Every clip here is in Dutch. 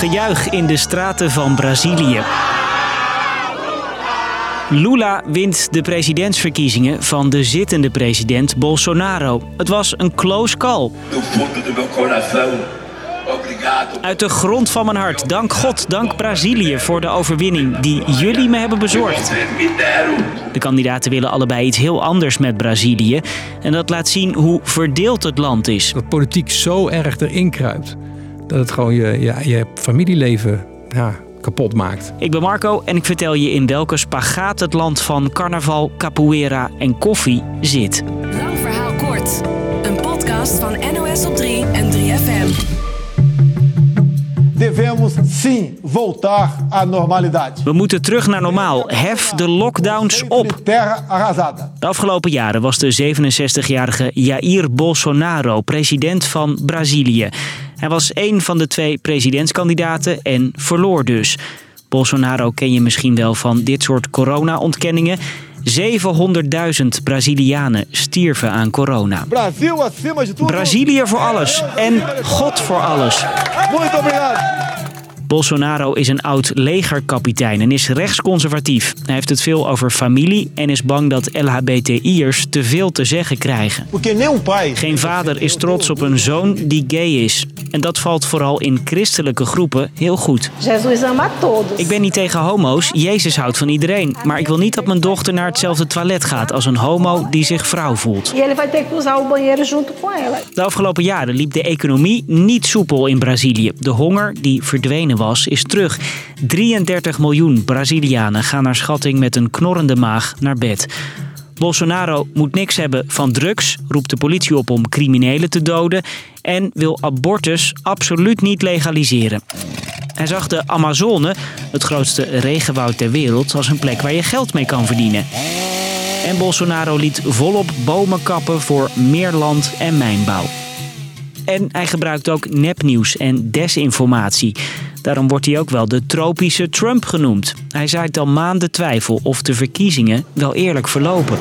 gejuich in de straten van Brazilië. Lula wint de presidentsverkiezingen van de zittende president Bolsonaro. Het was een close call. Uit de grond van mijn hart, dank God, dank Brazilië voor de overwinning die jullie me hebben bezorgd. De kandidaten willen allebei iets heel anders met Brazilië. En dat laat zien hoe verdeeld het land is. Dat politiek zo erg erin kruipt dat het gewoon je familieleven kapot maakt. Ik ben Marco en ik vertel je in welke spagaat het land van carnaval, capoeira en koffie zit. Lang verhaal kort. Een podcast van NOS op 3 en 3FM. Devemos sim voltar à normalidade. We moeten terug naar normaal. Hef de lockdowns op. Terra arrasada. De afgelopen jaren was de 67-jarige Jair Bolsonaro president van Brazilië. Hij was een van de 2 presidentskandidaten en verloor dus. Bolsonaro ken je misschien wel van dit soort corona-ontkenningen. 700.000 Brazilianen stierven aan corona. Brazilië voor alles en God voor alles. Muito obrigado. Bolsonaro is een oud legerkapitein en is rechtsconservatief. Hij heeft het veel over familie en is bang dat LHBTI'ers te veel te zeggen krijgen. Geen vader is trots op een zoon die gay is. En dat valt vooral in christelijke groepen heel goed. Jesus ama todos. Ik ben niet tegen homo's, Jezus houdt van iedereen. Maar ik wil niet dat mijn dochter naar hetzelfde toilet gaat als een homo die zich vrouw voelt. E ele vai ter que usar o banheiro junto com ela. De afgelopen jaren liep de economie niet soepel in Brazilië. De honger die verdwenen was, is terug. 33 miljoen Brazilianen gaan naar schatting met een knorrende maag naar bed. Bolsonaro moet niks hebben van drugs, roept de politie op om criminelen te doden en wil abortus absoluut niet legaliseren. Hij zag de Amazone, het grootste regenwoud ter wereld, als een plek waar je geld mee kan verdienen. En Bolsonaro liet volop bomen kappen voor meer land en mijnbouw. En hij gebruikt ook nepnieuws en desinformatie. Daarom wordt hij ook wel de tropische Trump genoemd. Hij zaait al maanden twijfel of de verkiezingen wel eerlijk verlopen.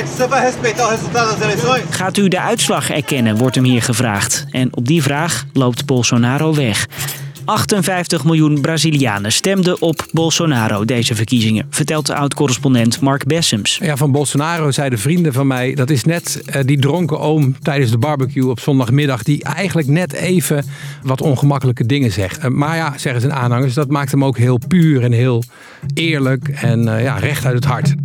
Gaat u de uitslag erkennen, wordt hem hier gevraagd. En op die vraag loopt Bolsonaro weg. 58 miljoen Brazilianen stemden op Bolsonaro deze verkiezingen, vertelt de oud-correspondent Mark Bessems. Ja, van Bolsonaro zeiden vrienden van mij, dat is net die dronken oom tijdens de barbecue op zondagmiddag die eigenlijk net even wat ongemakkelijke dingen zegt. Maar ja, zeggen zijn aanhangers, dat maakt hem ook heel puur en heel eerlijk en recht uit het hart.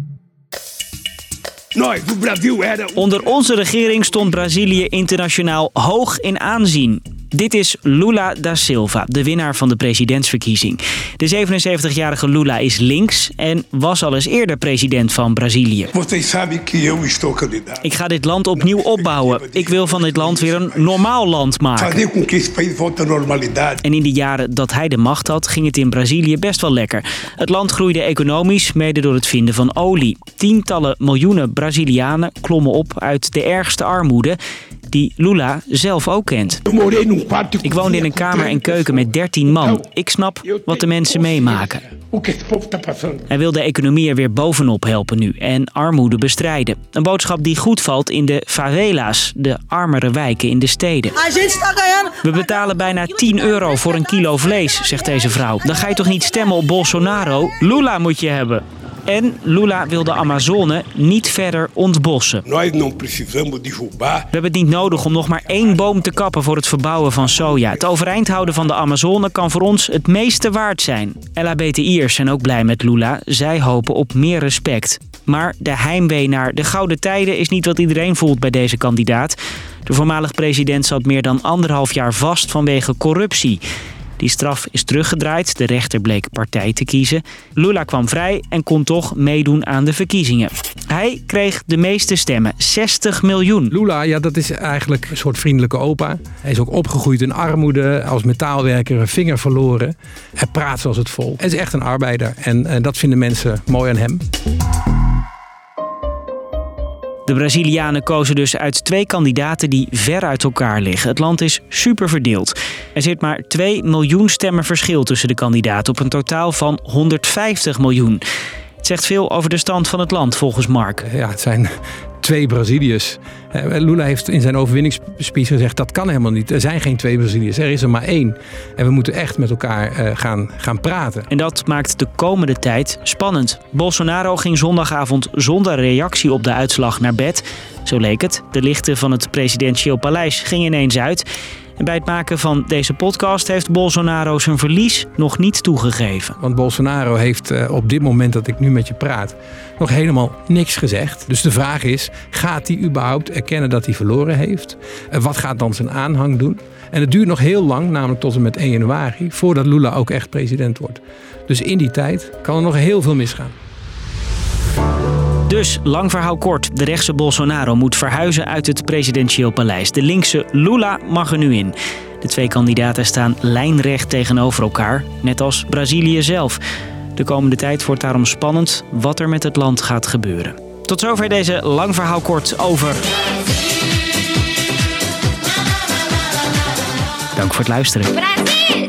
Onder onze regering stond Brazilië internationaal hoog in aanzien. Dit is Lula da Silva, de winnaar van de presidentsverkiezing. De 77-jarige Lula is links en was al eens eerder president van Brazilië. Ik ga dit land opnieuw opbouwen. Ik wil van dit land weer een normaal land maken. En in de jaren dat hij de macht had, ging het in Brazilië best wel lekker. Het land groeide economisch, mede door het vinden van olie. Tientallen miljoenen Brazilianen klommen op uit de ergste armoede, die Lula zelf ook kent. Ik woonde in een kamer en keuken met 13 man. Ik snap wat de mensen meemaken. Hij wil de economie er weer bovenop helpen nu en armoede bestrijden. Een boodschap die goed valt in de favela's, de armere wijken in de steden. We betalen bijna €10 voor een kilo vlees, zegt deze vrouw. Dan ga je toch niet stemmen op Bolsonaro? Lula moet je hebben. En Lula wil de Amazone niet verder ontbossen. We hebben het niet nodig om nog maar 1 boom te kappen voor het verbouwen van soja. Het overeind houden van de Amazone kan voor ons het meeste waard zijn. LHBTI'ers zijn ook blij met Lula. Zij hopen op meer respect. Maar de heimwee naar de gouden tijden is niet wat iedereen voelt bij deze kandidaat. De voormalig president zat meer dan 1,5 jaar vast vanwege corruptie. Die straf is teruggedraaid. De rechter bleek partij te kiezen. Lula kwam vrij en kon toch meedoen aan de verkiezingen. Hij kreeg de meeste stemmen, 60 miljoen. Lula, ja, dat is eigenlijk een soort vriendelijke opa. Hij is ook opgegroeid in armoede, als metaalwerker een vinger verloren. Hij praat zoals het volk. Hij is echt een arbeider en dat vinden mensen mooi aan hem. De Brazilianen kozen dus uit 2 kandidaten die ver uit elkaar liggen. Het land is super verdeeld. Er zit maar 2 miljoen stemmen verschil tussen de kandidaten op een totaal van 150 miljoen. Het zegt veel over de stand van het land volgens Mark. Ja, het zijn 2 Braziliërs. Lula heeft in zijn overwinningsspeech gezegd, dat kan helemaal niet. Er zijn geen 2 Braziliërs, er is er maar 1. En we moeten echt met elkaar gaan praten. En dat maakt de komende tijd spannend. Bolsonaro ging zondagavond zonder reactie op de uitslag naar bed. Zo leek het. De lichten van het presidentieel paleis gingen ineens uit. En bij het maken van deze podcast heeft Bolsonaro zijn verlies nog niet toegegeven. Want Bolsonaro heeft op dit moment dat ik nu met je praat nog helemaal niks gezegd. Dus de vraag is, gaat hij überhaupt erkennen dat hij verloren heeft? Wat gaat dan zijn aanhang doen? En het duurt nog heel lang, namelijk tot en met 1 januari, voordat Lula ook echt president wordt. Dus in die tijd kan er nog heel veel misgaan. Dus, lang verhaal kort, de rechtse Bolsonaro moet verhuizen uit het presidentieel paleis. De linkse Lula mag er nu in. De 2 kandidaten staan lijnrecht tegenover elkaar, net als Brazilië zelf. De komende tijd wordt daarom spannend wat er met het land gaat gebeuren. Tot zover deze lang verhaal kort over. Dank voor het luisteren.